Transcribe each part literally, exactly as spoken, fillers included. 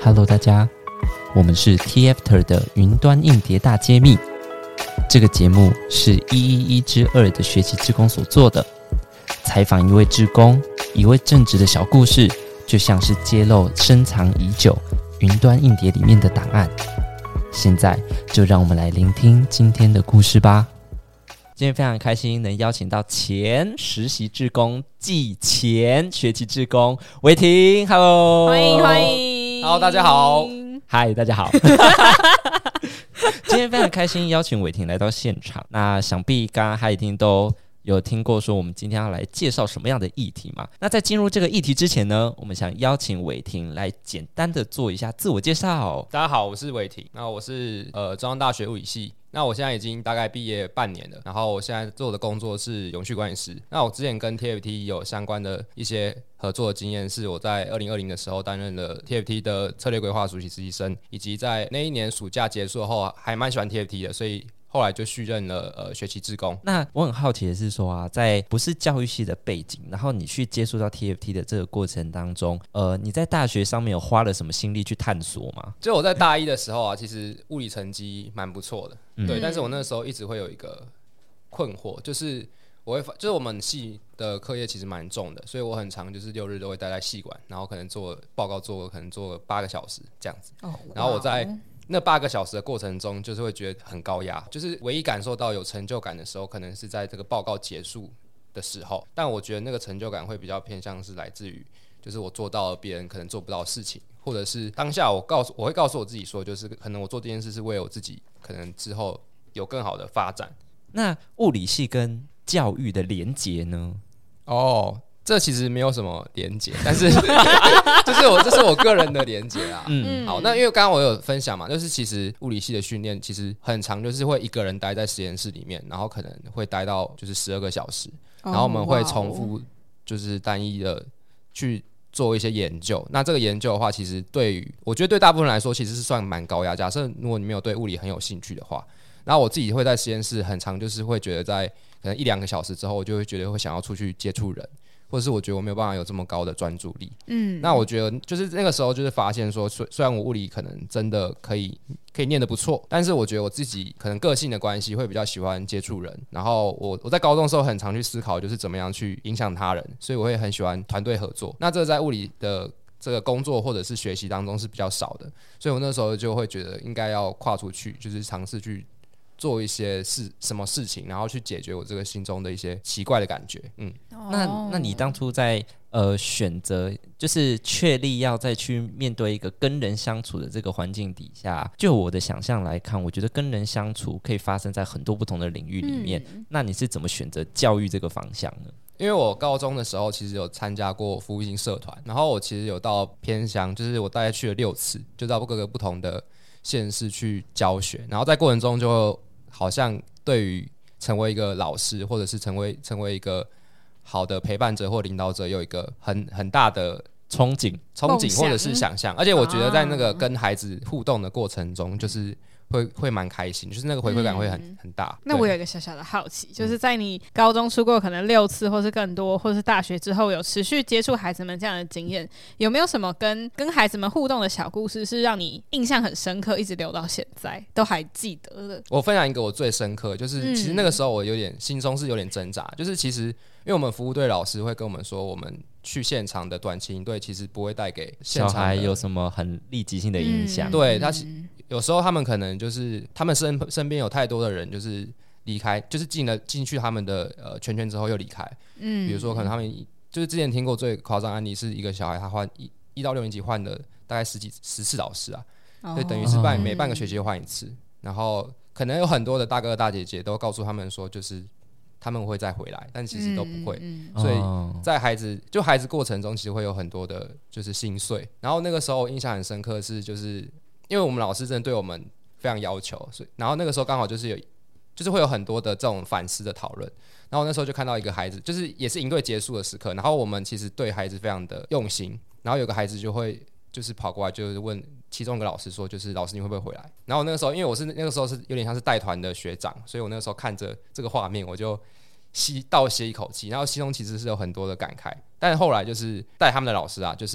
Hello， 大家，我们是 T After 的云端硬碟大揭秘。这个节目是一一一之二的学习志工所做的，采访一位志工，一位正直的小故事，就像是揭露深藏已久云端硬碟里面的档案。现在就让我们来聆听今天的故事吧。今天非常开心能邀请到前实习志工暨前学期志工伟霆 ，Hello， 欢迎欢迎 ，Hello， 大家好， 嗨，大家好。今天非常开心邀请伟霆来到现场。那想必刚刚他一定都有听过说我们今天要来介绍什么样的议题嘛？那在进入这个议题之前呢，我们想邀请伟霆来简单的做一下自我介绍。 大家好，我是伟霆，那我是呃中央大学物理系。那我现在已经大概毕业半年了，然后我现在做的工作是永续管理师。那我之前跟 T F T 有相关的一些合作的经验，是我在二零二零的时候担任了 T F T 的策略规划暑期实习生，以及在那一年暑假结束后还蛮喜欢 T F T 的，所以后来就续任了呃学期志工。 那我很好奇的是说啊，在不是教育系的背景，然后你去接触到 T F T 的这个过程当中，呃，你在大学上面有花了什么心力去探索吗？ 就我在大一的时候啊，其实物理成绩蛮不错的， 嗯、 对，但是我那时候一直会有一个困惑，就是我会就是我们系的课业其实蛮重的，所以我很常就是六日都会待在系馆，然后可能做报告做可能做八个小时这样子，哦、然后我在那八个小时的过程中，就是会觉得很高压，就是唯一感受到有成就感的时候，可能是在这个报告结束的时候。但我觉得那个成就感会比较偏向是来自于，就是我做到了别人可能做不到的事情，或者是当下我告诉我会告诉我自己说，就是可能我做这件事是为了我自己，可能之后有更好的发展。 那物理系跟教育的连结呢？ 哦。这其实没有什么连结，但是这是我这是我个人的连结啦。嗯，好，那因为刚刚我有分享嘛，就是其实物理系的训练其实很长，就是会一个人待在实验室里面，然后可能会待到就是十二个小时，然后我们会重复就是单一的去做一些研究。那这个研究的话，其实对于我觉得对大部分人来说，其实是算蛮高压。假设如果你没有对物理很有兴趣的话，然后我自己会在实验室很长，就是会觉得在可能一两个小时之后，我就会觉得会想要出去接触人。或者是我觉得我没有办法有这么高的专注力，嗯，那我觉得就是那个时候就是发现说，虽虽然我物理可能真的可以可以念得不错，但是我觉得我自己可能个性的关系会比较喜欢接触人，然后我我在高中的时候很常去思考就是怎么样去影响他人，所以我会很喜欢团队合作。那这个在物理的这个工作或者是学习当中是比较少的，所以我那时候就会觉得应该要跨出去，就是尝试去做一些事什么事情，然后去解决我这个心中的一些奇怪的感觉。嗯， 那那你当初在呃选择就是确立要再去面对一个跟人相处的这个环境底下，就我的想象来看，我觉得跟人相处可以发生在很多不同的领域里面。嗯、那你是怎么选择教育这个方向呢？ 因为我高中的时候其实有参加过服务性社团，然后我其实有到偏乡，就是我大概去了六次，就到各个不同的县市去教学，然后在过程中就好像对于成为一个老师，或者是成为成为一个好的陪伴者或领导者，有一个很很大的憧憬、 憧憬或者是想象。而且我觉得在那个跟孩子互动的过程中，就是会会蛮开心，就是那个回馈感会很、嗯、很大。 那我有一个小小的好奇，就是在你高中出过可能六次或是更多，或是大学之后有持续接触孩子们这样的经验，有没有什么跟跟孩子们互动的小故事是让你印象很深刻，一直留到现在都还记得的？ 我分享一个我最深刻，就是其实那个时候我有点心中是有点挣扎，就是其实因为我们服务队老师会跟我们说，我们去现场的短期营队其实不会带给现场的小孩有什么很立即性的影响、嗯、 对他有时候他们可能就是他们 身, 身边有太多的人就是离开，就是进了进去他们的呃圈圈之后又离开，嗯，比如说可能他们就是之前听过最夸张案例是一个小孩他换一一到六年级换了大概十几十次老师啊，所以等于是半、哦、每半个学期换一次，然后可能有很多的大哥大姐姐都告诉他们说就是他们会再回来，但其实都不会、嗯嗯、所以在孩子就孩子过程中其实会有很多的就是心碎。然后那个时候印象很深刻是就是因为我们老师真的对我们非常要求，所以然后那个时候刚好就是有就是会有很多的这种反思的讨论，然后那时候就看到一个孩子就是也是营队结束的时刻，然后我们其实对孩子非常的用心，然后有个孩子就会就是跑过来就是问其中一个老师说就是老师你会不会回来，然后那个时候因为我是那个时候是有点像是带团的学长，所以我那个时候看着这个画面我就吸倒吸一口气，然后心中其实是有很多的感慨，但后来就是带他们的老师啊就是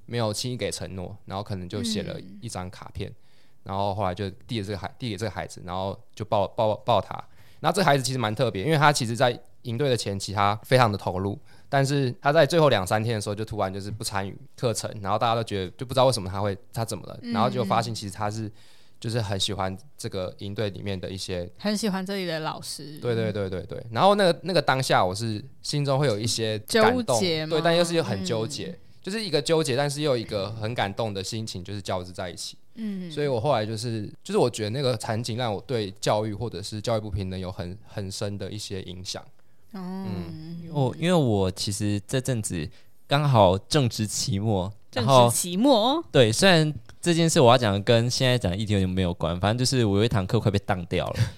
没有轻易给承诺，然后可能就写了一张卡片，嗯、然后后来就递给这个孩递给这个孩子，然后就抱抱抱他。然后这个孩子其实蛮特别，因为他其实在营队的前期他非常的投入，但是他在最后两三天的时候就突然就是不参与课程，然后大家都觉得就不知道为什么他会他怎么了，嗯、然后就发现其实他是就是很喜欢这个营队里面的一些， 很喜欢这里的老师。 对对对对对。然后那个那个当下我是心中会有一些感动， 纠结对，但又是很纠结。嗯，就是一个纠结，但是又有一个很感动的心情，就是交织在一起。嗯，所以我后来就是就是我觉得那个场景让我对教育或者是教育不平等有很很深的一些影响。 哦，嗯， 我因为我其实这阵子刚好正值期末， 正值期末， 对，虽然这件事我要讲的跟现在讲的议题有点没有关，反正就是我有一堂课快被当掉了，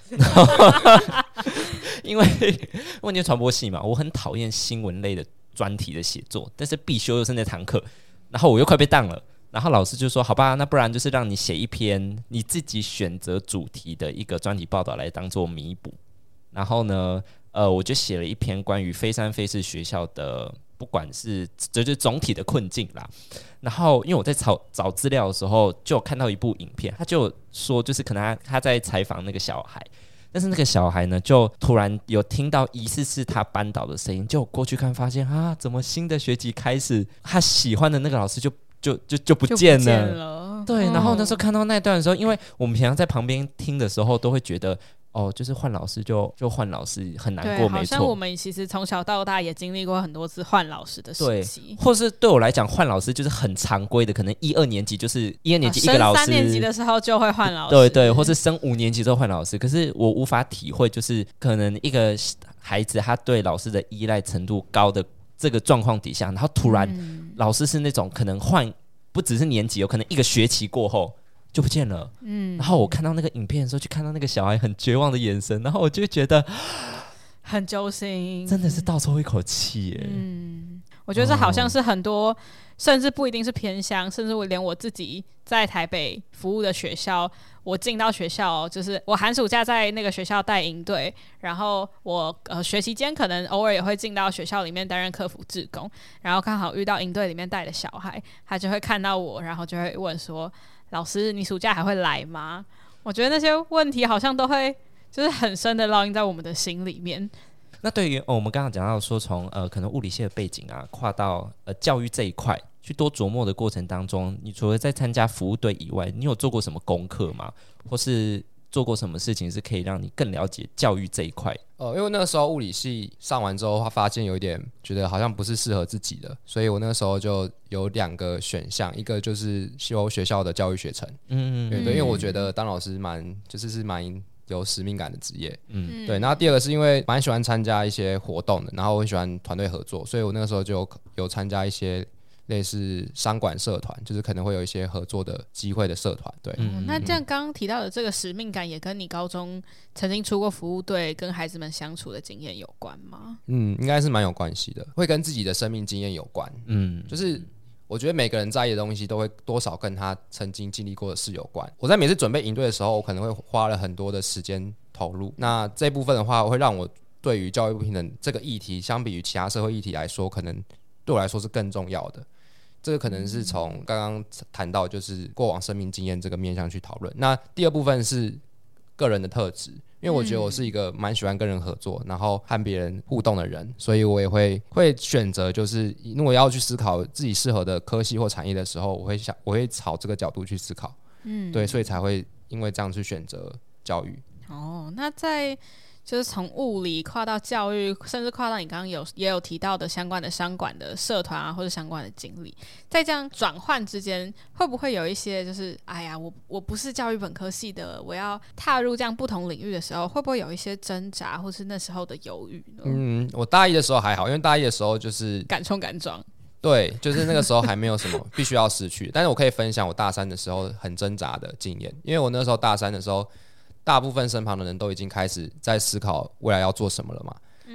因为我念传播系嘛，我很讨厌新闻类的专题的写作，但是必修又是那堂课，然后我又快被当了，然后老师就说好吧，那不然就是让你写一篇你自己选择主题的一个专题报道来当做弥补。然后呢呃，我就写了一篇关于非三非四学校的，不管是就是总体的困境啦。然后因为我在找找资料的时候就有看到一部影片，他就说就是可能 他, 他在采访那个小孩，但是那个小孩呢就突然有听到疑似是他班导的声音，就过去看发现啊，怎么新的学期开始他喜欢的那个老师就就就就不见了， 就不见了。 对，然后那时候看到那段的时候，因为我们平常在旁边听的时候都会觉得哦，就是换老师就就换老师很难过，没错。 好像我们其实从小到大也经历过很多次换老师的时期， 或是对我来讲换老师就是很常规的，可能一二年级就是一二年级一个老师， 升三年级的时候就会换老师， 对对，或是升五年级之后换老师。可是我无法体会，就是可能一个孩子他对老师的依赖程度高的这个状况底下，然后突然老师是那种可能换不只是年级，有可能一个学期过后就不见了。嗯，然后我看到那个影片的时候，就看到那个小孩很绝望的眼神，然后我就觉得很揪心， 真的是倒抽一口气耶。 嗯，我觉得这好像是很多，哦、甚至不一定是偏乡，甚至我连我自己在台北服务的学校，我进到学校，就是我寒暑假在那个学校带营队，然后我呃学期间可能偶尔也会进到学校里面担任客服志工，然后刚好遇到营队里面带的小孩，他就会看到我，然后就会问说，老师你暑假还会来吗？我觉得那些问题好像都会就是很深的烙印在我们的心里面。 那对于、哦、我们刚刚讲到说从呃可能物理系的背景啊跨到呃教育这一块去多琢磨的过程当中，你除了在参加服务队以外，你有做过什么功课吗？或是做过什么事情是可以让你更了解教育这一块？ 呃，因为那个时候物理系上完之后，他发现有一点觉得好像不是适合自己的，所以我那个时候就有两个选项，一个就是修学校的教育学程，嗯，对对，因为我觉得当老师蛮就是是蛮有使命感的职业，嗯，对。然后第二个是因为蛮喜欢参加一些活动的，然后我很喜欢团队合作，所以我那个时候就 有, 有参加一些类似商管社团，就是可能会有一些合作的机会的社团，对、 嗯。那这样刚刚提到的这个使命感，也跟你高中曾经出过服务队，跟孩子们相处的经验有关吗？ 嗯，应该是蛮有关系的，会跟自己的生命经验有关。嗯，就是我觉得每个人在意的东西都会多少跟他曾经经历过的事有关。我在每次准备营队的时候，我可能会花了很多的时间投入，那这部分的话会让我对于教育不平等这个议题，相比于其他社会议题来说，可能对我来说是更重要的。这个可能是从刚刚谈到就是过往生命经验这个面向去讨论。那第二部分是个人的特质，因为我觉得我是一个蛮喜欢跟人合作，然后和别人互动的人，所以我也会会选择就是如果要去思考自己适合的科系或产业的时候，我会想我会朝这个角度去思考。嗯，对，所以才会因为这样去选择教育。 哦，那在就是从物理跨到教育，甚至跨到你刚刚有也有提到的相关的商管的社团啊，或者相关的经历，在这样转换之间，会不会有一些就是哎呀，我我不是教育本科系的，我要踏入这样不同领域的时候，会不会有一些挣扎，或是那时候的犹豫呢？ 嗯，我大一的时候还好，因为大一的时候就是敢冲敢撞。 对，就是那个时候还没有什么必须要失去，但是我可以分享我大三的时候很挣扎的经验，因为我那时候大三的时候，大部分身旁的人都已经开始在思考未来要做什么了嘛。嗯、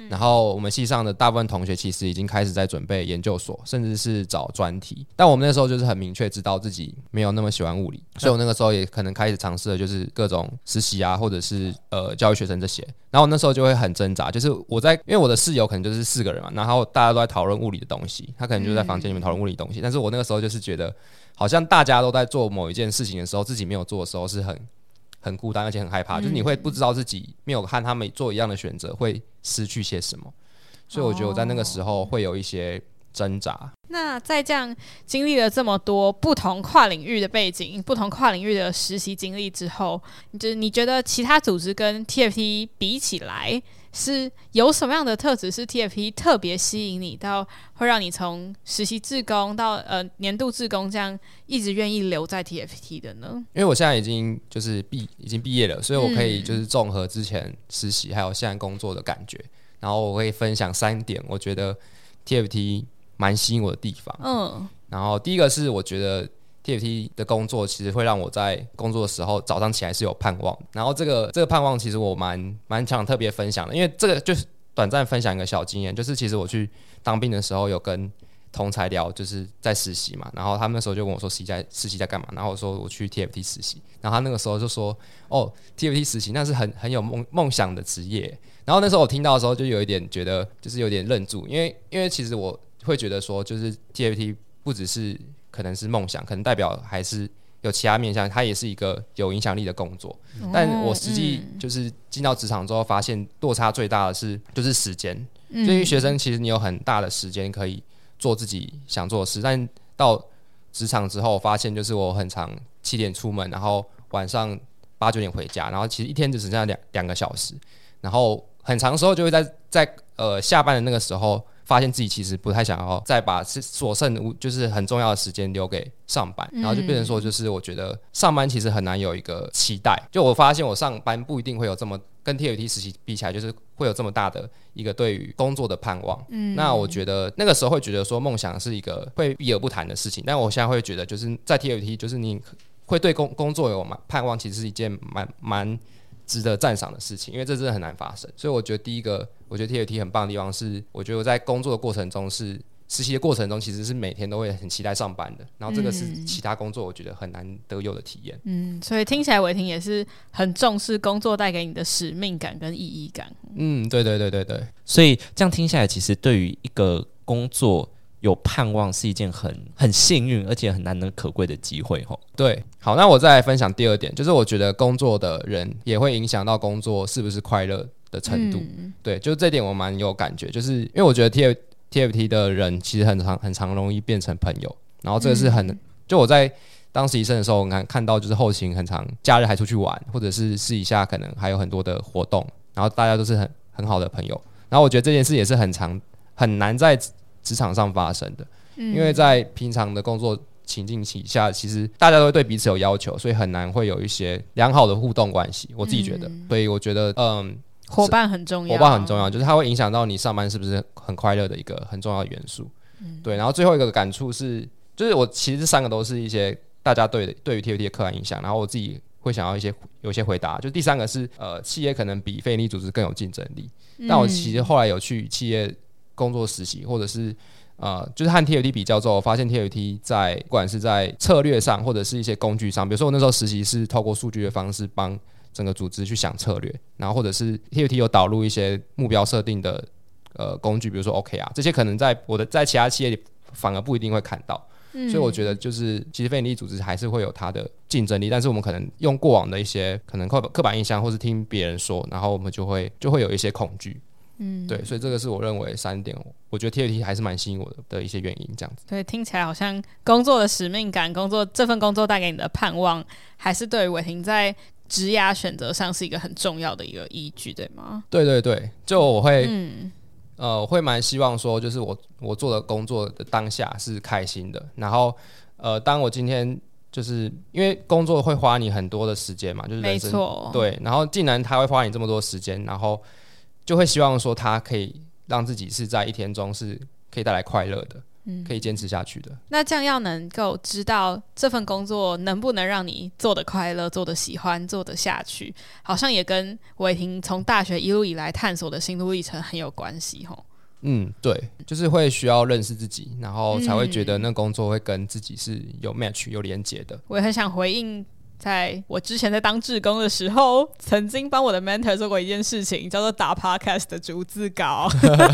然后我们系上的大部分同学其实已经开始在准备研究所，甚至是找专题。但我们那时候就是很明确知道自己没有那么喜欢物理，所以我那个时候也可能开始尝试的就是各种实习啊，或者是呃教育学生这些。然后我那时候就会很挣扎，就是我在因为我的室友可能就是四个人嘛，然后大家都在讨论物理的东西，他可能就在房间里面讨论物理的东西，但是我那个时候就是觉得好像大家都在做某一件事情的时候，自己没有做的时候是很很孤单，而且很害怕，就是你会不知道自己没有和他们做一样的选择会失去些什么，所以我觉得我在那个时候会有一些挣扎。 那在这样经历了这么多不同跨领域的背景、不同跨领域的实习经历之后，就是你觉得其他组织跟 T F T 比起来，是有什么样的特质是 T F T 特别吸引你，到会让你从实习志工到呃年度志工这样一直愿意留在 T F T 的呢？ 因为我现在已经就是毕已经毕业了，所以我可以就是综合之前实习还有现在工作的感觉，然后我会分享三点，我觉得 T F T 蛮吸引我的地方。嗯，然后第一个是我觉得 T F T 的工作其实会让我在工作的时候早上起来是有盼望，然后这个这个盼望其实我蛮蛮想特别分享的，因为这个就是短暂分享一个小经验，就是其实我去当兵的时候有跟同才聊，就是在实习嘛，然后他们那时候就问我说实习在实习在干嘛，然后我说我去 T F T 实习，然后他那个时候就说哦 T F T 实习那是很很有梦梦想的职业，然后那时候我听到的时候就有一点觉得就是有点愣住，因为因为其实我会觉得说就是 T F T 不只是可能是梦想，可能代表还是有其他面向，它也是一个有影响力的工作。哦、但我实际就是进到职场之后，发现落差最大的是就是时间。嗯、对于学生，其实你有很大的时间可以做自己想做的事，但到职场之后，发现就是我很常七点出门，然后晚上八九点回家，然后其实一天只剩下两两个小时，然后很长时候就会在在呃下班的那个时候。发现自己其实不太想要再把所剩就是很重要的时间留给上班，然后就变成说，就是我觉得上班其实很难有一个期待。就我发现我上班不一定会有这么跟 T F T 实习比起来，就是会有这么大的一个对于工作的盼望。嗯，那我觉得那个时候会觉得说梦想是一个会避而不谈的事情，但我现在会觉得就是在 T F T 就是你会对工工作有盼望，其实是一件蛮蛮。值得赞赏的事情，因为这真的很难发生。所以我觉得第一个，我觉得 T F T 很棒的地方是，我觉得我在工作的过程中是实习的过程中，其实是每天都会很期待上班的。然后这个是其他工作我觉得很难得有的体验。 嗯，所以听起来伟霆也是很重视工作带给你的使命感跟意义感。 嗯，对对对对对。 所以这样听下来，其实对于一个工作有盼望是一件很很幸运而且很难能可贵的机会吼。 对，好，那我再来分享第二点，就是我觉得工作的人也会影响到工作是不是快乐的程度。嗯、对，就这点我蛮有感觉，就是因为我觉得 T F T 的人其实很常很常容易变成朋友，然后这个是很，嗯、就我在当实习生的时候，我看看到就是后勤很常假日还出去玩，或者是私底下可能还有很多的活动，然后大家都是很很好的朋友，然后我觉得这件事也是很常很难在职场上发生的，因为在平常的工作情境底下，其实大家都会对彼此有要求，所以很难会有一些良好的互动关系。我自己觉得，嗯、所以我觉得，嗯， 伙伴很重要， 伙伴很重要，就是它会影响到你上班是不是很快乐的一个很重要的元素。嗯、对，然后最后一个感触是，就是我其实这三个都是一些大家对的对于 T F T 的刻板印象，然后我自己会想要一些有一些回答。就第三个是，呃，企业可能比非营利组织更有竞争力，嗯、但我其实后来有去企业工作实习，或者是。呃，就是和 T F T 比较之后，我发现 T F T 在不管是在策略上，或者是一些工具上，比如说我那时候实习是透过数据的方式帮整个组织去想策略，然后或者是 T F T 有导入一些目标设定的呃工具，比如说 O K R， 这些可能在我的在其他企业里反而不一定会看到，嗯、所以我觉得就是其实非营利组织还是会有它的竞争力，但是我们可能用过往的一些可能刻板印象，或是听别人说，然后我们就会就会有一些恐惧。嗯，对，所以这个是我认为三点，我觉得 T F T 还是蛮吸引我 的, 的一些原因，这样子。 所以听起来好像工作的使命感，工作这份工作带给你的盼望，还是对于伟霆在职涯选择上是一个很重要的一个依据，对吗？ 对对对，就我会，嗯、呃，我会蛮希望说，就是我我做的工作的当下是开心的，然后呃，当我今天就是因为工作会花你很多的时间嘛，就是人生，没错，对，然后既然他会花你这么多时间，然后就会希望说他可以让自己是在一天中是可以带来快乐的， 可以坚持下去的。 那这样要能够知道这份工作能不能让你做得快乐、做得喜欢、做得下去，好像也跟伟霆从大学一路以来探索的心路历程很有关系吼。 嗯，对，就是会需要认识自己，然后才会觉得那工作会跟自己是有 match 有连结的。 我也很想回应，在我之前在当志工的时候，曾经帮我的 mentor 做过一件事情，叫做打 podcast 的逐字稿。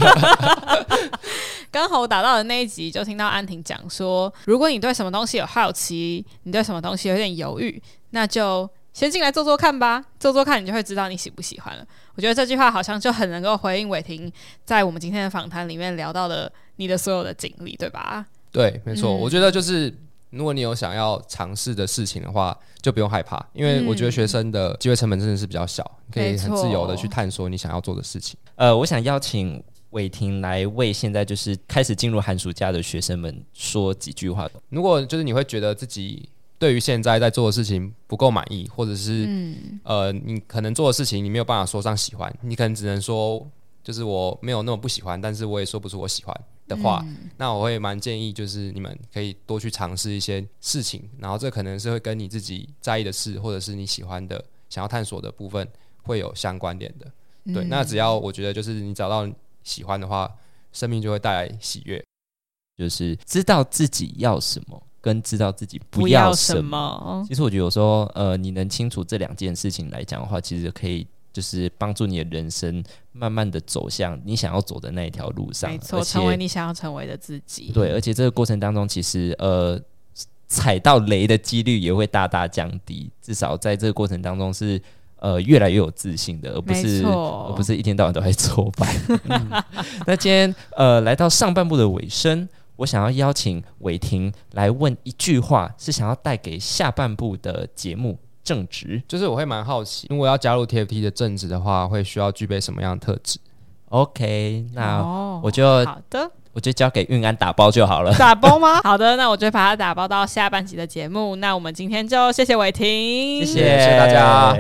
刚好我打到的那一集，就听到安婷讲说，如果你对什么东西有好奇，你对什么东西有点犹豫，那就先进来做做看吧，做做看你就会知道你喜不喜欢了。我觉得这句话好像就很能够回应伟霆在我们今天的访谈里面聊到的你的所有的经历，对吧？ 对，没错、嗯、我觉得就是如果你有想要尝试的事情的话，就不用害怕，因为我觉得学生的机会成本真的是比较小，你可以很自由的去探索你想要做的事情。 呃，我想邀请伟霆来为现在就是开始进入寒暑假的学生们说几句话。 如果就是你会觉得自己对于现在在做的事情不够满意，或者是、嗯、呃，你可能做的事情你没有办法说上喜欢，你可能只能说就是我没有那么不喜欢，但是我也说不出我喜欢的话、嗯、那我会蛮建议就是你们可以多去尝试一些事情，然后这可能是会跟你自己在意的事或者是你喜欢的想要探索的部分会有相关联的、嗯、对，那只要我觉得就是你找到喜欢的话，生命就会带来喜悦， 就是知道自己要什么跟知道自己不要什 么, 不要什么其实我觉得有时候呃，你能清楚这两件事情来讲的话，其实可以就是帮助你的人生慢慢的走向你想要走的那一条路上， 没错，成为你想要成为的自己。 对，而且这个过程当中其实呃踩到雷的几率也会大大降低，至少在这个过程当中是呃越来越有自信的，而不是而不是一天到晚都在挫败、嗯、那今天呃来到上半部的尾声，我想要邀请伟霆来问一句话，是想要带给下半部的节目正职。 就是我会蛮好奇，如果要加入 T F T 的正职的话，会需要具备什么样的特质？ OK， 那我就、哦、 好的， 我就交给运安打包就好了。 打包吗？好的，那我就把它打包到下半集的节目。那我们今天就谢谢伟霆， 谢谢谢谢大家。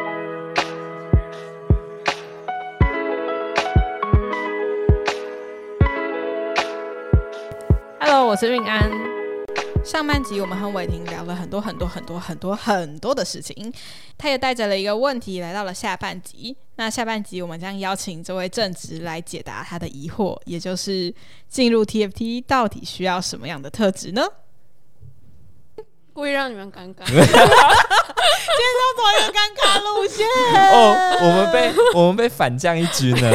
Hello， 我是运安。上半集我们和伟霆聊了很多很多很多很多很多的事情，他也带着了一个问题来到了下半集。那下半集我们将邀请这位正直来解答他的疑惑，也就是进入 T F T 到底需要什么样的特质呢？ 故意让你们尴尬， 今天要走一个尴尬路线哦，我们被我们被反将一军了。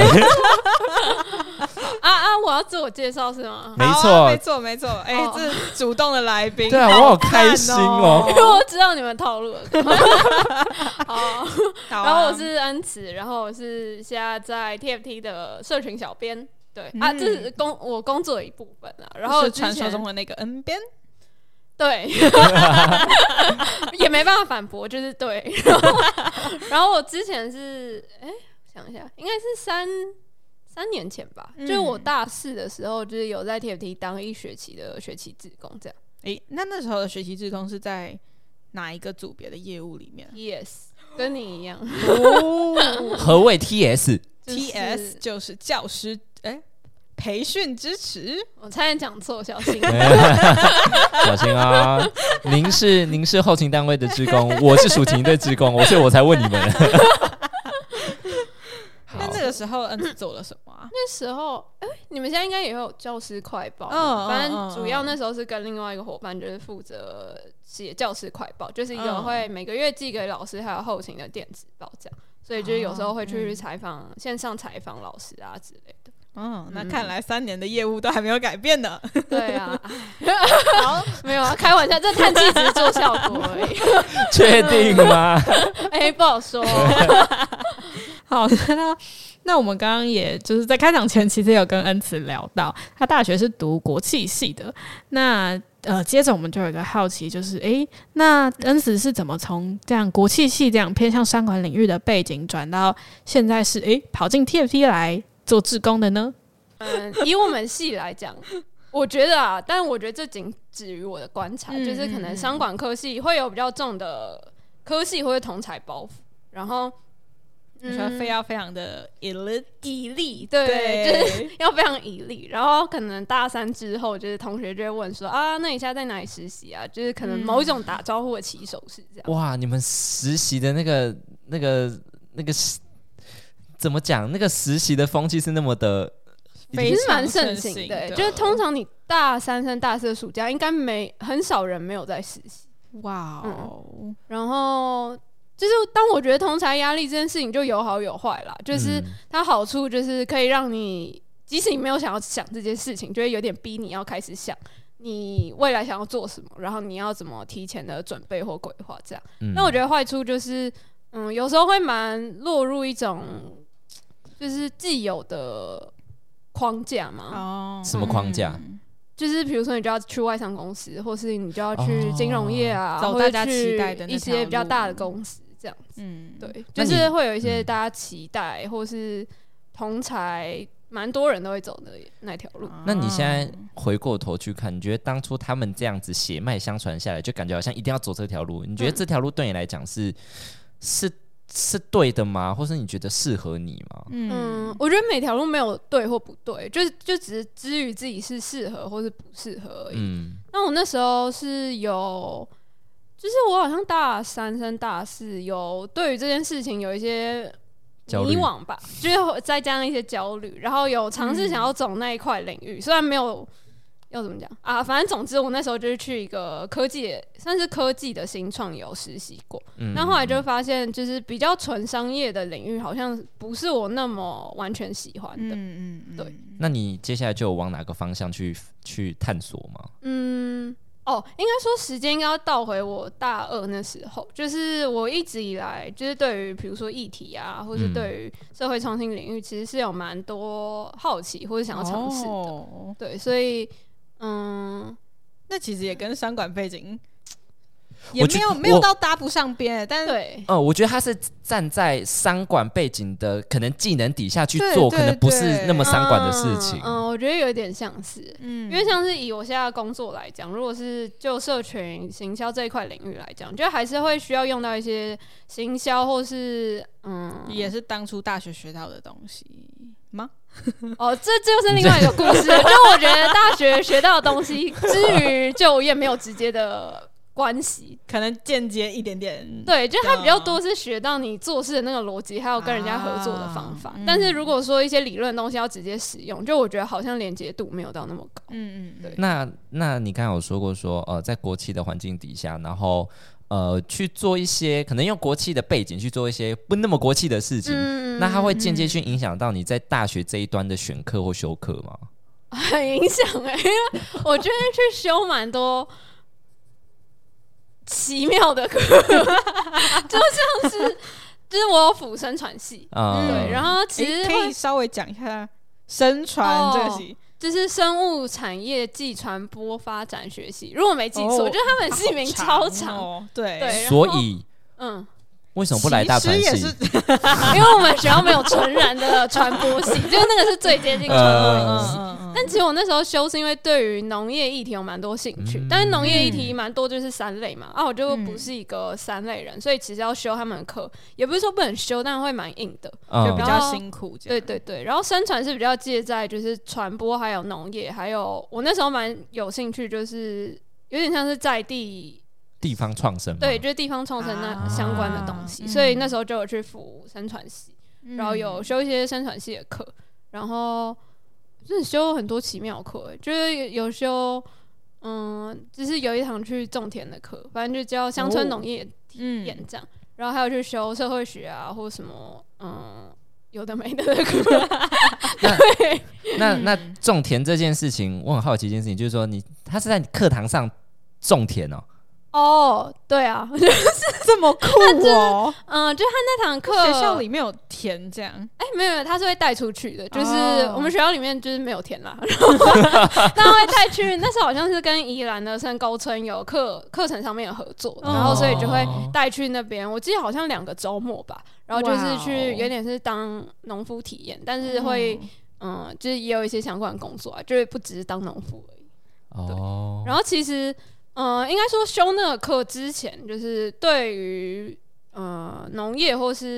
啊啊！我要自我介绍是吗？ 没错、 啊，没错，没错。哎、欸，这是主动的来宾。 对啊，我好开心哦， 因为我知道你们套路了。好， 好、啊。 然后我是恩慈，然后我是现在在 T F T 的社群小编。对、嗯、啊，这是工我工作的一部分啊。然后是传说中的那个 N 编。 对，也没办法反驳，就是对。然后, 然后我之前是，哎，想一下，应该是三三年前吧、嗯，就是我大四的时候，就是有在 T F T 当一学期的学期志工这样。 哎，那那时候的学期志工是在哪一个组别的业务里面 ？T S 跟你一样。 哦、何谓 T S？T S 就是教师，哎。培训支持， 我差点讲错，小心小心啊！您是您是后勤单位的志工，我是属勤队志工，所以我才问你们。 那这个时候恩慈做了什么啊？ 那时候，哎、欸，你们现在应该也有教师快报， 嗯， 反正主要那时候是跟另外一个伙伴，就是负责写教师快报，就是一个会每个月寄给老师还有后勤的电子报这样，所以就是有时候会去采访线上采访老师啊之类的。 嗯，那看来三年的业务都还没有改变呢。 对啊，好，没有啊，开玩笑，这叹气只是做效果而已。 确定吗？ 哎、欸，不好说。 好，那那我们刚刚也就是在开场前，其实有跟恩慈聊到，他大学是读国企系的。那呃，接着我们就有一个好奇，就是哎、欸，那恩慈是怎么从这样国企系这样偏向商管领域的背景，转到现在是哎、欸、跑进 T F T 来做志工的呢？ 嗯，以我们系来讲，我觉得啊，但我觉得这仅止于我的观察、嗯，就是可能商管科系会有比较重的科系或者同侪包袱，然后你说非要非常的 elite 以利，对，对就是要非常以利。然后可能大三之后，就是同学就会问说啊，那你现在在哪里实习啊？就是可能某一种打招呼的起手式这样。 哇，你们实习的那个那个那个怎么讲？那个实习的风气是那么的， 其实蛮盛行的，就是通常你大三升大四的暑假，应该没很少人没有在实习。 哇哦、 嗯，然后。就是当我觉得同侪压力这件事情就有好有坏啦，就是它好处就是可以让你即使你没有想要想这件事情，就会有点逼你要开始想你未来想要做什么，然后你要怎么提前的准备或规划这样。那、嗯、我觉得坏处就是嗯，有时候会蛮落入一种就是既有的框架嘛。 哦， 什么框架？ 嗯就是比如说你就要去外商公司，或是你就要去金融业啊， 走、 哦、 大家期待的一些比较大的公司这样子。嗯，对，就是会有一些大家期待，嗯、或是同侪蛮多人都会走的那条路。 那你现在回过头去看，你觉得当初他们这样子血脉相传下来，就感觉好像一定要走这条路？你觉得这条路对你来讲是、嗯、是？是对的吗？或是你觉得适合你吗？ 嗯，我觉得每条路没有对或不对，就就只是基于自己是适合或是不适合而已。嗯，那我那时候是有，就是我好像大三升大四有对于这件事情有一些迷惘吧，就是再加上一些焦虑，然后有尝试想要走那一块领域，嗯、虽然没有。要怎么讲啊？反正总之，我那时候就是去一个科技，算是科技的新创有实习过。嗯，那后来就发现，就是比较纯商业的领域，好像不是我那么完全喜欢的。嗯嗯，对。 那你接下来就有往哪个方向去去探索吗？ 嗯，哦，应该说时间应该要倒回我大二那时候，就是我一直以来就是对于比如说议题啊，或是对于社会创新领域，其实是有蛮多好奇或者想要尝试的。哦、对，所以。嗯， 那其实也跟商管背景也没有没有到搭不上边，但是对， 呃，我觉得他是站在商管背景的可能技能底下去做，可能不是那么商管的事情。 嗯，嗯我觉得有点像是，嗯，因为像是以我现在的工作来讲，如果是就社群行销这一块领域来讲，就还是会需要用到一些行销或是嗯， 也是当初大学学到的东西吗？ 哦，这就是另外一个故事。就我觉得大学学到的东西，之于就业没有直接的关系， 可能间接一点点。 对，就它比较多是学到你做事的那个逻辑，还有跟人家合作的方法。啊嗯、但是如果说一些理论的东西要直接使用，就我觉得好像连结度没有到那么高。嗯嗯，对。 那那你刚才有说过说，呃，在国企的环境底下，然后。呃，去做一些可能用国企的背景去做一些不那么国企的事情，嗯、那它会间接去影响到你在大学这一端的选课或修课吗？ 很影响哎、欸，因为我觉得去修蛮多奇妙的课，就像是就是我有辅生传系，嗯、对，然后其实、 欸、可以稍微讲一下生传这个系。哦就是生物产业暨传播发展学系，如果没记错，哦、就是他们系名超长， 哦、对对， 所以嗯，为什么不来大传系？ 因为我们学校没有纯然的传播系，就是那个是最接近传播系。嗯嗯嗯、但其实我那时候修是因为对于农业议题有蛮多兴趣，嗯、但是农业议题蛮多就是三类嘛，啊，我就不是一个三类人，所以其实要修他们的课，也不是说不能修，但会蛮硬的， 嗯、就比较辛苦。 对对对，然后生传是比较介在就是传播还有农业，还有我那时候蛮有兴趣，就是有点像是在地。 地方创生， 对，就是地方创生那相关的东西，啊、所以那时候就有去辅生传系，嗯、然后有修一些生传系的课，然后就是修很多奇妙课，就是有修，嗯，就是有一堂去种田的课，反正就教乡村农业体验这样，哦、然后还有去修社会学啊，或什么，嗯，有的没的的课。 对，那那种田这件事情，我很好奇一件事情，就是说你他是在你课堂上种田哦。 哦，对啊， 就是这么酷哦。 嗯，就他那堂课， 学校里面有田这样？ 哎、欸，没有，他是会带出去的，就是我们学校里面就是没有田啦，然后他会带去。那时候好像是跟宜兰的深沟村有课课程上面有合作，然后所以就会带去那边。我记得好像两个周末吧，然后就是去有点是当农夫体验，但是会嗯，就是也有一些相关的工作啊，就是不只是当农夫而已。哦，然后其实。呃，应该说修那个课之前，就是对于呃农业或是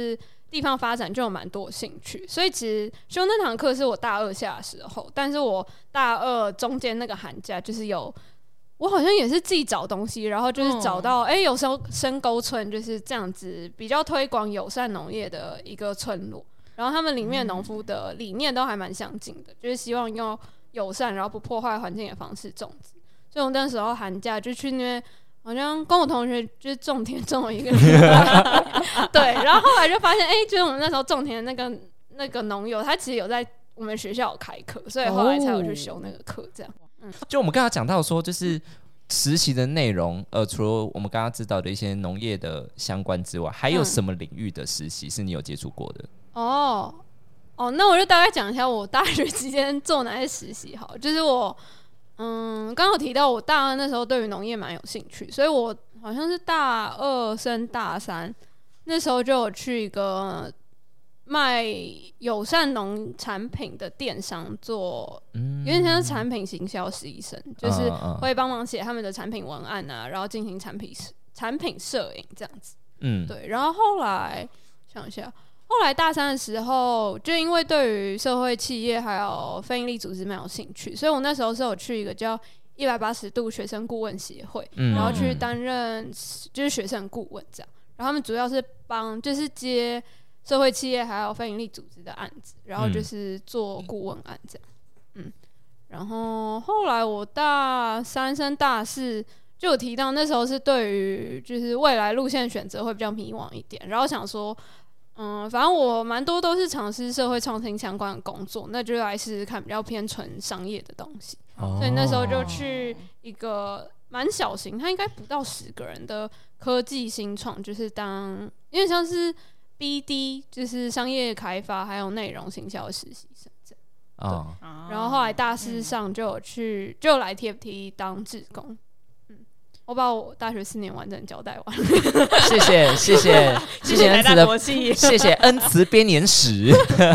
地方发展就有蛮多兴趣，所以其实修那堂课是我大二下的时候，但是我大二中间那个寒假就是有，我好像也是自己找东西，然后就是找到哎、嗯欸、有深深沟村就是这样子比较推广友善农业的一个村落，然后他们里面农夫的理念都还蛮相近的，就是希望用友善然后不破坏环境的方式种植，所以我那时候寒假就去那边。好像跟我同学就是种田种了一个礼拜对，然后后来就发现，哎、欸，就是我们那时候种田的那个那个农友，他其实有在我们学校有开课，所以后来才有去修那个课，这样。嗯， 就我们刚刚讲到说，就是实习的内容，呃，除了我们刚刚知道的一些农业的相关之外，还有什么领域的实习是你有接触过的？ 嗯、哦哦，那我就大概讲一下我大学期间做哪些实习好，就是我。嗯，刚刚有提到我大二那时候对于农业蛮有兴趣，所以我好像是大二升大三那时候就有去一个卖友善农产品的电商做，有点像是产品行销实习生，就是会帮忙写他们的产品文案啊，然后进行产品产品摄影这样子。嗯，对。然后后来想一下。后来大三的时候，就因为对于社会企业还有非营利组织蛮有兴趣，所以我那时候是有去一个叫一百八十度学生顾问协会，嗯、然后去担任就是学生顾问这样。然后他们主要是帮就是接社会企业还有非营利组织的案子，然后就是做顾问案这样。嗯，然后后来我大三升大四就有提到，那时候是对于就是未来路线选择会比较迷惘一点，然后想说。嗯，反正我蛮多都是尝试社会创新相关的工作，那就来试试看比较偏纯商业的东西。哦、所以那时候就去一个蛮小型，它应该不到十个人的科技新创，就是当因为像是 B D， 就是商业开发还有内容行销的实习生这样。哦，然后后来大四上就有去，就有来 T F T 当志工。我把我大学四年完整交代完谢谢谢谢谢谢恩慈的谢谢恩慈编年史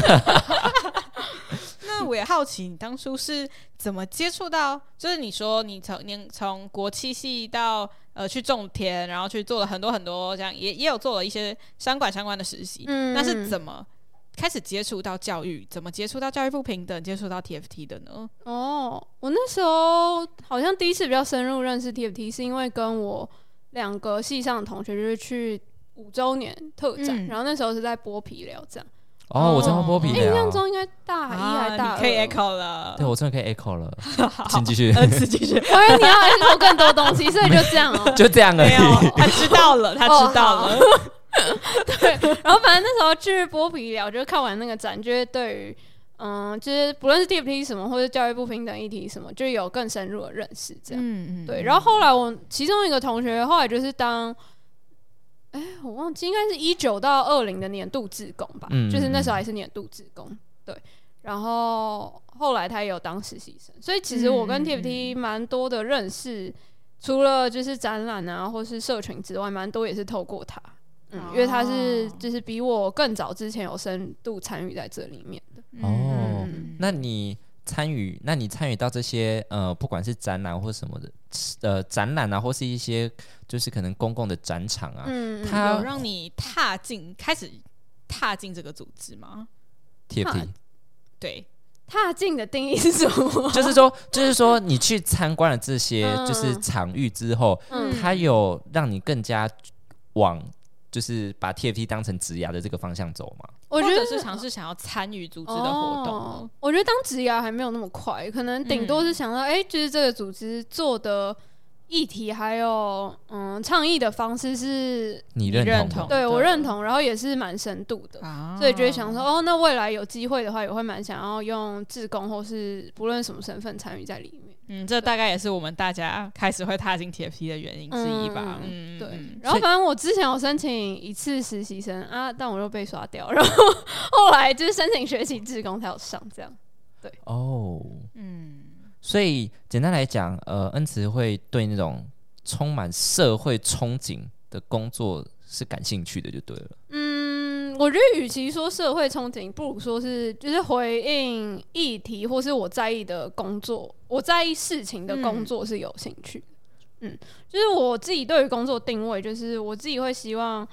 那我也好奇你当初是怎么接触到，就是你说你从你从国企系到呃去种田，然后去做了很多很多这样，也也有做了一些商管相关的实习，嗯，那是怎么开始接触到教育，怎么接触到教育不平等，接触到 T F T 的呢？ 哦，我那时候好像第一次比较深入认识 T F T 是因为跟我两个系上的同学就是去五周年特展，嗯、然后那时候是在剥皮寮这样。 哦，我知道剥皮寮， 印象中应该大一还大二， 啊、你可以 echo 了。 对，我真的可以 echo 了，请继续。 二次继续。 我以为你要 echo 更多东西，所以就这样哦， 就这样而已。 他知道了，他知道了。哦对，然后反正那时候去剥皮寮，就看完那个展，就会对于嗯，就是不论是 T F T 什么，或者教育不平等议题什么，就有更深入的认识。这样，嗯嗯，对。然后后来我其中一个同学，后来就是当，哎、欸，我忘记应该是一九到二零的年度志工吧，嗯、就是那时候还是年度志工，对。然后后来他也有当实习生，所以其实我跟 T F T 蛮多的认识，除了就是展览啊，或是社群之外，蛮多也是透过他。嗯，因为他是就是比我更早之前有深度参与在这里面的。 哦，嗯、那你参与，那你参与到这些呃，不管是展览或什么的，呃，展览啊，或是一些就是可能公共的展场啊，嗯， 它有让你踏进开始踏进这个组织吗 ？T F T， 对。 踏进的定义是什么？ 就是说，就是说，你去参观了这些就是场域之后，嗯、它有让你更加往。就是把 T F T 当成职涯的这个方向走嘛？ 我觉得是尝试想要参与组织的活动、哦。 我觉得当职涯还没有那么快，可能顶多是想到，哎、嗯欸，就是这个组织做的议题还有嗯倡议的方式是你认同的， 对我认同，然后也是蛮深度的，啊、所以就会想说，哦，那未来有机会的话，也会蛮想要用志工或是不论什么身份参与在里面。 嗯，这大概也是我们大家开始会踏进 T F T 的原因之一吧。嗯， 嗯对。然后反正我之前有申请一次实习生啊，但我又被刷掉，然后后来就是申请学习志工才有上这样。对。 哦，嗯，所以简单来讲，呃，恩慈会对那种充满社会憧憬的工作是感兴趣的，就对了。 嗯，我觉得与其说社会憧憬，不如说是就是回应议题或是我在意的工作，我在意事情的工作是有興趣的。嗯, 嗯，就是我自己对于工作定位，就是我自己会希望，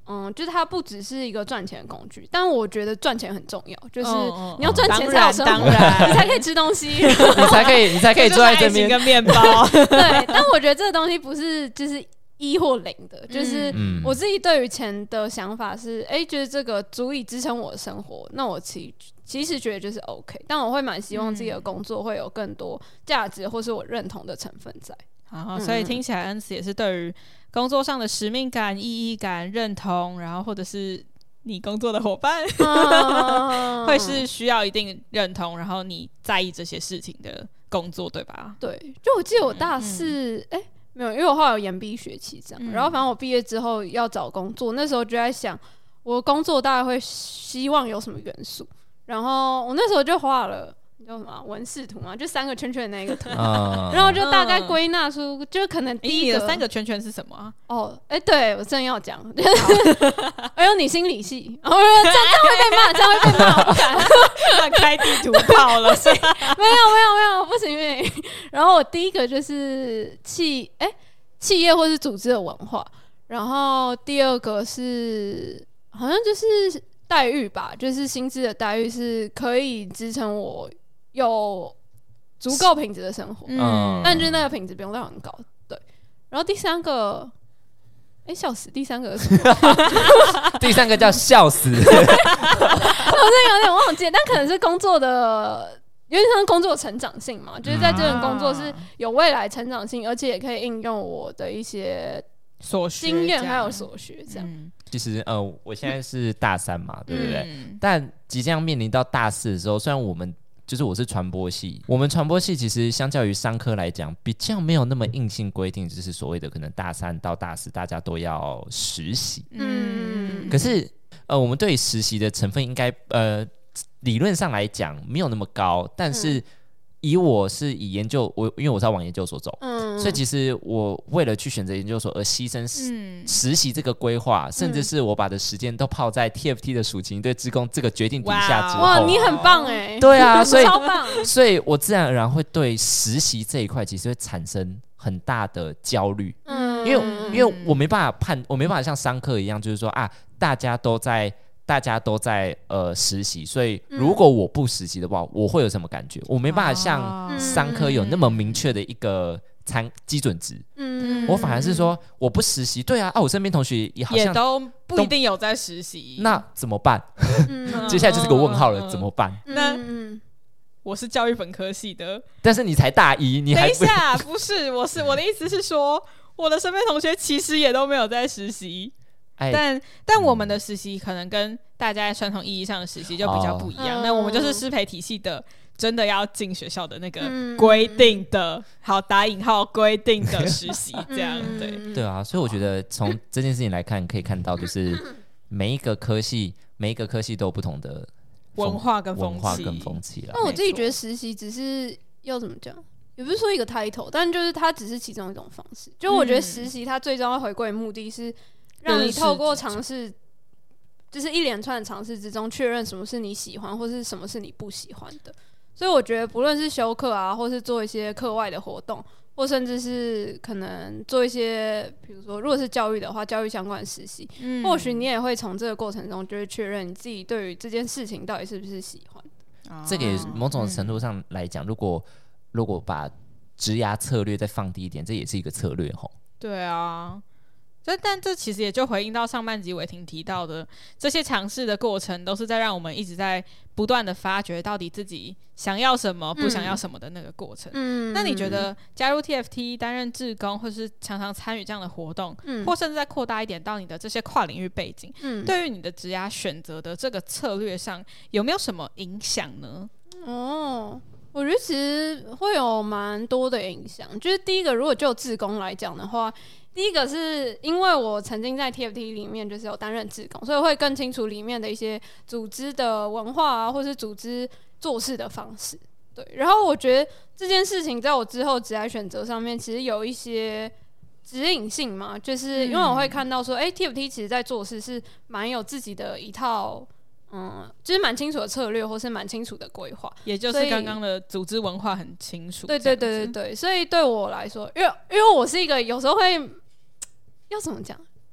嗯，就是它不只是一个赚钱的工具，但我觉得赚钱很重要，就是哦你要赚钱才有生活， 当然你才可以吃东西， 你才可以，你才可以坐在这边跟面包。 对，但我觉得这个东西不是就是一或零的，就是嗯我自己对于钱的想法是，哎、欸，觉得这个足以支撑我的生活，那我其其实觉得就是 OK， 但我会蛮希望自己的工作会有更多价值或是我认同的成分在。 好，所以听起来恩慈也是对于工作上的使命感、意义感、认同，然后或者是你工作的伙伴， 嗯、 会是需要一定认同，然后你在意这些事情的工作，对吧？ 对，就我记得我大四，哎、嗯欸，没有，因为我后来有延毕学期这样、嗯，然后反正我毕业之后要找工作，那时候就在想，我工作大概会希望有什么元素，然后我那时候就画了。叫什么文视图嘛，就三个圈圈的那个图， 嗯、 然后就大概归纳出，就可能第一个、 欸、你的三个圈圈是什么啊？ 哦，哎、欸，对我正要讲，哎呦，你心理系，哦，这样会被骂，这样会被骂，我不敢开地图炮了，所以没有没有没有，不行不行。然后我第一个就是企哎、欸、企业或是组织的文化，然后第二个是好像就是待遇吧，就是薪资的待遇是可以支撑我有足够品质的生活， 嗯， 但就是那个品质不用到很高，对。然后第三个，哎、欸，笑死，第三个是什么？ 第三个叫笑死，我真的有点忘记，但可能是工作的，有点像工作的成长性嘛，就是在这份工作是有未来成长性，而且也可以应用我的一些所学经验还有所学这样。 嗯其实呃，我现在是大三嘛，对不对？ 嗯、 但即将面临到大四的时候，虽然我们就是我是传播系，我们传播系其实相较于商科来讲，比较没有那么硬性规定，就是所谓的可能大三到大四大家都要实习。 嗯， 可是呃，我们对于实习的成分应该呃理论上来讲没有那么高，但是。嗯以我是以研究我，因为我是要往研究所走、嗯，所以其实我为了去选择研究所而牺牲实习这个规划、嗯，甚至是我把的时间都泡在 T F T 的暑期营队志工这个决定底下之后， 哇，你很棒哎、欸！ 对啊，所以超棒， 所以我自然而然会对实习这一块其实会产生很大的焦虑，嗯，因为因为我没办法判，我没办法像商科一样，就是说啊，大家都在。大家都在呃实习，所以如果我不实习的话、嗯，我会有什么感觉？我没办法像商科有那么明确的一个参基准值。嗯，我反而是说我不实习，对啊，啊，我身边同学也好像也都不一定有在实习， 那怎么办？嗯、接下来就是个问号了，嗯、怎么办？ 那、嗯、我是教育本科系的， 但是你才大一，你还等一下，不是，我是我的意思是说，我的身边同学其实也都没有在实习。但但我们的实习可能跟大家在传统意义上的实习就比较不一样。哦、那我们就是师培体系的，真的要进学校的那个规定的，嗯、好打引号规定的实习，这样对对啊。所以我觉得从这件事情来看，可以看到就是每一个科系，每一个科系都有不同的文化跟风气， 文化跟风气啦。 那我自己觉得实习只是要怎么讲？也不是说一个 title， 但就是它只是其中一种方式。就我觉得实习它最终要回归的目的是。让你透过尝试，就是一连串的尝试之中，确认什么是你喜欢，或是什么是你不喜欢的。所以我觉得，不论是修课啊，或是做一些课外的活动，或甚至是可能做一些，比如说，如果是教育的话，教育相关的实习，嗯、或许你也会从这个过程中，就会确认你自己对于这件事情到底是不是喜欢的。 哦、这个也某种程度上来讲，如果如果把职涯策略再放低一点，这也是一个策略吼。 对啊。但这其实也就回应到上半集伟霆提到的，这些尝试的过程都是在让我们一直在不断的发掘到底自己想要什么、不想要什么的那个过程。嗯，那你觉得加入 T F T 担任志工，或是常常参与这样的活动，嗯、或甚至再扩大一点到你的这些跨领域背景，嗯、对于你的职涯选择的这个策略上，有没有什么影响呢？ 哦，我觉得其实会有蛮多的影响。就是第一个，如果就志工来讲的话。第一个是因为我曾经在 T F T 里面就是有担任志工，所以会更清楚里面的一些组织的文化啊，或是组织做事的方式。对，然后我觉得这件事情在我之后职业选择上面其实有一些指引性嘛，就是因为我会看到说，哎、欸、，T F T 其实在做事是蛮有自己的一套。嗯，就是蛮清楚的策略，或是蛮清楚的规划， 也就是刚刚的组织文化很清楚。 对对对对对，所以对我来说，因为因为我是一个有时候会要怎么讲，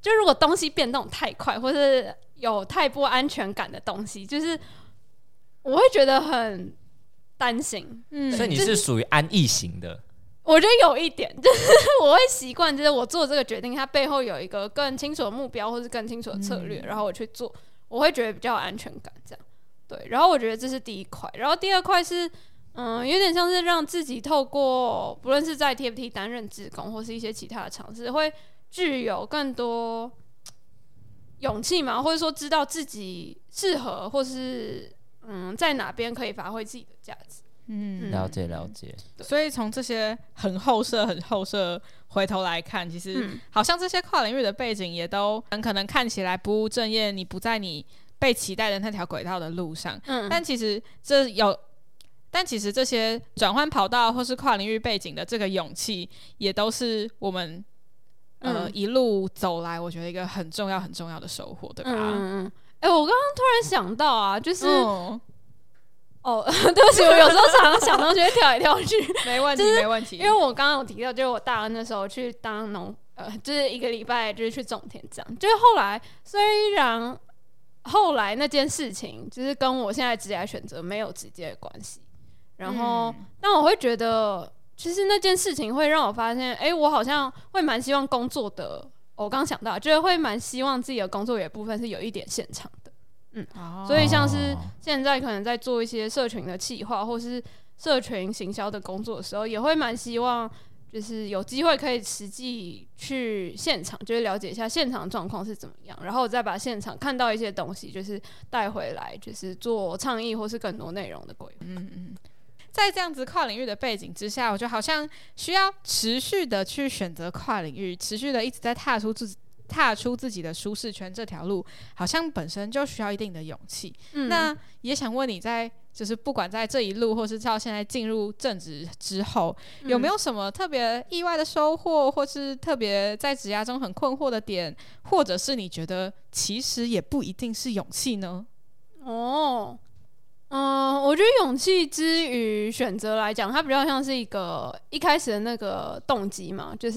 就如果东西变动太快，或是有太不安全感的东西，就是我会觉得很担心。 嗯，所以你是属于安逸型的。 我觉得有一点，就是我会习惯，就是我做这个决定，它背后有一个更清楚的目标，或是更清楚的策略，嗯、然后我去做，我会觉得比较有安全感。这样，对。然后我觉得这是第一块，然后第二块是，嗯，有点像是让自己透过不论是在 T F T 担任志工，或是一些其他的尝试，会具有更多勇气嘛，或者说知道自己适合，或是嗯在哪边可以发挥自己的价值。 嗯，了解了解。 所以从这些很后设、很后设回头来看，其实好像这些跨领域的背景也都很可能看起来不务正业，你不在你被期待的那条轨道的路上。嗯，但其实这有，但其实这些转换跑道或是跨领域背景的这个勇气，也都是我们呃、嗯、一路走来，我觉得一个很重要、很重要的收获，对吧？嗯嗯。 哎、欸，我刚刚突然想到啊，就是。嗯哦，对不起，我有时候常常想东西会跳来跳去， 没问题， 就是、 没问题。 因为我刚刚有提到，就是我大二的时候去当农，呃，就是一个礼拜就是去种田这样。就是后来虽然后来那件事情就是跟我现在职业选择没有直接的关系，然后、嗯、但我会觉得，其实那件事情会让我发现，哎，我好像会蛮希望工作的。我刚想到，就是会蛮希望自己的工作有一部分是有一点现场的。嗯，哦、所以像是现在可能在做一些社群的企划或是社群行销的工作的时候，也会蛮希望就是有机会可以实际去现场，就是了解一下现场状况是怎么样，然后我再把现场看到一些东西，就是带回来，就是做倡议或是更多内容的规划。嗯嗯。 在这样子跨领域的背景之下，我觉得好像需要持续的去选择跨领域，持续的一直在踏出自己。踏出自己的舒适圈这条路，好像本身就需要一定的勇气。嗯、那也想问你在，就是不管在这一路，或是到现在进入正职之后，嗯、有没有什么特别意外的收获，或是特别在职涯中很困惑的点，或者是你觉得其实也不一定是勇气呢？ 哦，嗯、呃，我觉得勇气之于选择来讲，它比较像是一个一开始的那个动机嘛，就是。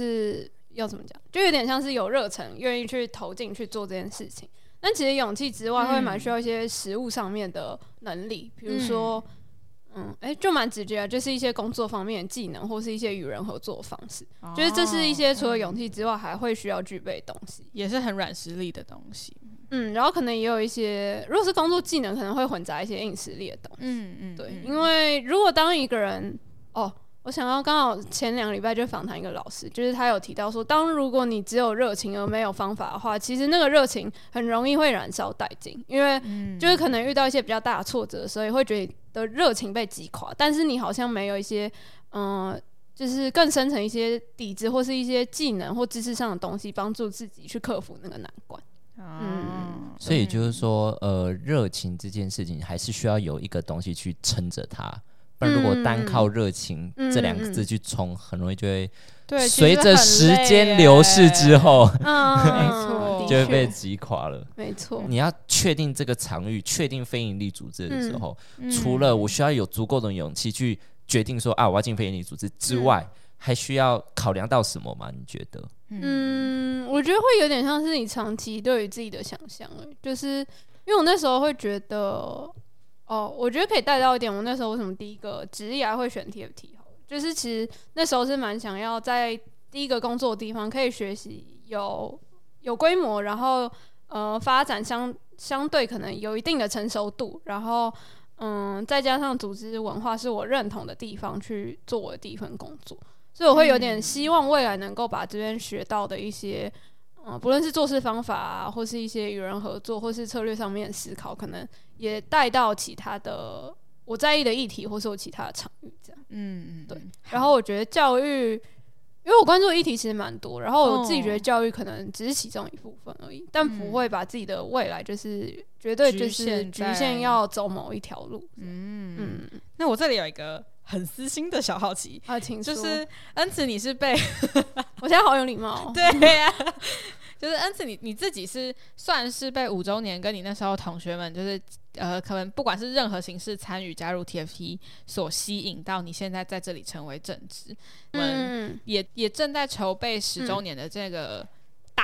要怎么讲，就有点像是有热忱，愿意去投进去做这件事情。但其实勇气之外，会蛮需要一些实务上面的能力，比如说，嗯，哎、嗯欸，就蛮直接的，就是一些工作方面的技能，或是一些与人合作的方式。哦、就是这是一些除了勇气之外，还会需要具备的东西， 也是很软实力的东西。 嗯，然后可能也有一些，如果是工作技能，可能会混杂一些硬实力的东西。嗯嗯，对，嗯、因为如果当一个人，哦。我想到刚好前两个礼拜就访谈一个老师，就是他有提到说，当如果你只有热情而没有方法的话，其实那个热情很容易会燃烧殆尽，因为就是可能遇到一些比较大的挫折，所以会觉得热情被击垮，但是你好像没有一些嗯、呃，就是更深层一些底子或是一些技能或知识上的东西，帮助自己去克服那个难关。 嗯，所以就是说，呃，热情这件事情还是需要有一个东西去撑着它。不然如果单靠热情、嗯、这两个字去冲、嗯、很容易就会随着时间流逝之后没错就会被击垮了。 没错， 你要确定这个场域，确定非营利组织的时候、嗯、除了我需要有足够的勇气去决定说啊我要进非营利组织之外、嗯、还需要考量到什么吗？你觉得？ 嗯，我觉得会有点像是你长期对于自己的想象，就是因为我那时候会觉得哦，我觉得可以带到一点，我那时候为什么第一个职业会选 T F T 好，就是其实那时候是蛮想要在第一个工作的地方可以学习有有规模，然后呃发展相相对可能有一定的成熟度，然后嗯再加上组织文化是我认同的地方去做我的第一份工作，所以我会有点希望未来能够把这边学到的一些。嗯，不论是做事方法啊，或是一些与人合作，或是策略上面的思考，可能也带到其他的我在意的议题，或是我其他的场域这样。嗯嗯，对。然后我觉得教育，因为我关注的议题其实蛮多，然后我自己觉得教育可能只是其中一部分而已，哦、但不会把自己的未来就是绝对就是局限要走某一条路。嗯嗯。那我这里有一个很私心的小好奇啊，请说。 就是恩慈，你是被我现在好有礼貌、哦。 对呀、啊。就是恩慈，你你自己是算是被五周年跟你那时候同学们，就是呃，可能不管是任何形式参与加入 T F T 所吸引到你现在在这里成为正职，我们也也正在筹备十周年的这个大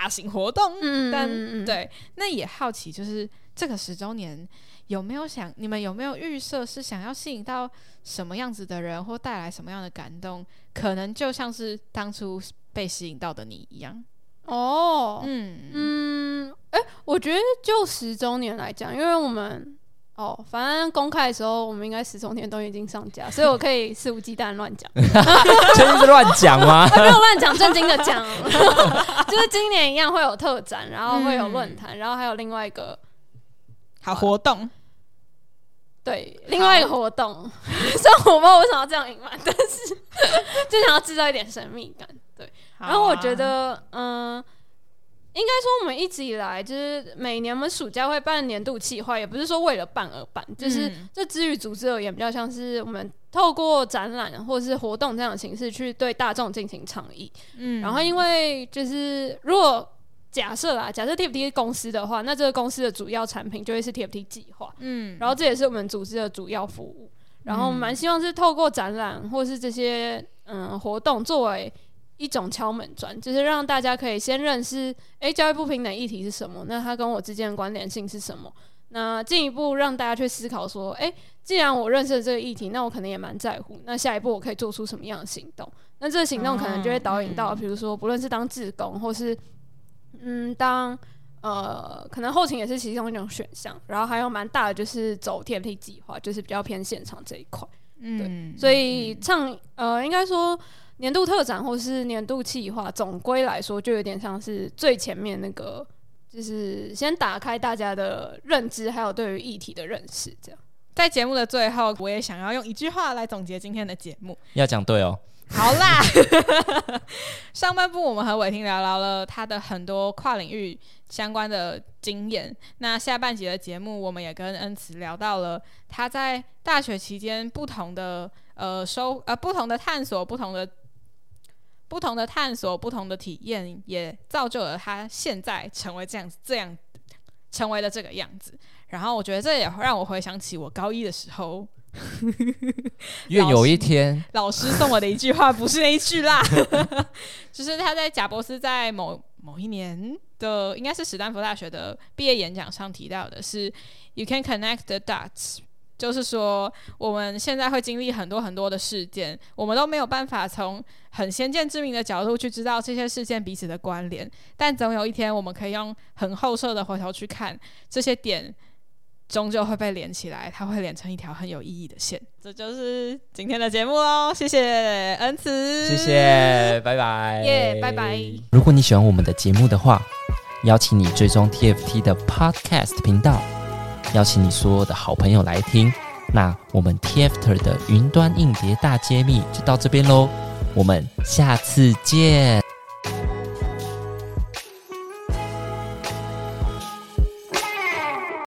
大型活动。 嗯， 但嗯对，那也好奇，就是这个十周年有没有想，你们有没有预设是想要吸引到什么样子的人，或带来什么样的感动？可能就像是当初被吸引到的你一样。 哦， 嗯嗯，哎、欸，我觉得就十周年来讲，因为我们哦，反正公开的时候，我们应该十周年都已经上架，所以我可以肆无忌惮乱讲。 真的是乱讲吗？ 没有乱讲，正经的讲。就是今年一样会有特展，然后会有论坛、嗯，然后还有另外一个好活动。 对，另外一个活动，虽然我不知道为什么要这样隐瞒，但是就想要制造一点神秘感。对， 啊、 然后我觉得，嗯、呃，应该说我们一直以来就是每年我们暑假会办年度企划，也不是说为了办而办，就是这至于组织而言，比较像是我们透过展览或是活动这样的形式去对大众进行倡议。嗯，然后因为就是如果假设啦，假设 T F T 公司的话，那这个公司的主要产品就会是 T F T 计划，嗯，然后这也是我们组织的主要服务，然后蛮希望是透过展览或是这些嗯活动作为一种敲门砖，就是让大家可以先认识，哎、欸，教育不平等议题是什么，那它跟我之间的关联性是什么，那进一步让大家去思考说，哎、欸，既然我认识了这个议题，那我可能也蛮在乎，那下一步我可以做出什么样的行动，那这个行动可能就会导引到，比如说不论是当志工或是嗯，当呃，可能后勤也是其中一种选项，然后还有蛮大的就是走 T F T 计划，就是比较偏现场这一块。嗯，对，所以唱呃，应该说年度特展或是年度企划，总归来说就有点像是最前面那个，就是先打开大家的认知，还有对于议题的认识。这样， 在节目的最后，我也想要用一句话来总结今天的节目。 要讲对哦。 好啦，上半部我们和伟霆聊聊了他的很多跨领域相关的经验，那下半集的节目我们也跟恩慈聊到了他在大学期间不同的呃收呃不同的探索，不同的不同的探索，不同的体验，也造就了他现在成为这样这样成为了这个样子。然后我觉得这也让我回想起我高一的时候。 愿有一天老师送我的一句话不是那一句啦就是他在贾伯斯在某某一年的应该是史丹福大学的毕业演讲上提到的是 You can connect the dots， 就是说我们现在会经历很多很多的事件，我们都没有办法从很先见之明的角度去知道这些事件彼此的关联，但总有一天我们可以用很后设的回头去看这些点终究会被连起来，它会连成一条很有意义的线。这就是今天的节目咯，谢谢恩慈， 谢谢，拜拜， 耶、yeah, 拜拜。 如果你喜欢我们的节目的话，邀请你追踪 T F T 的 Podcast 频道，邀请你所有的好朋友来听。那我们 T F T 的云端硬碟大揭秘就到这边咯，我们下次见。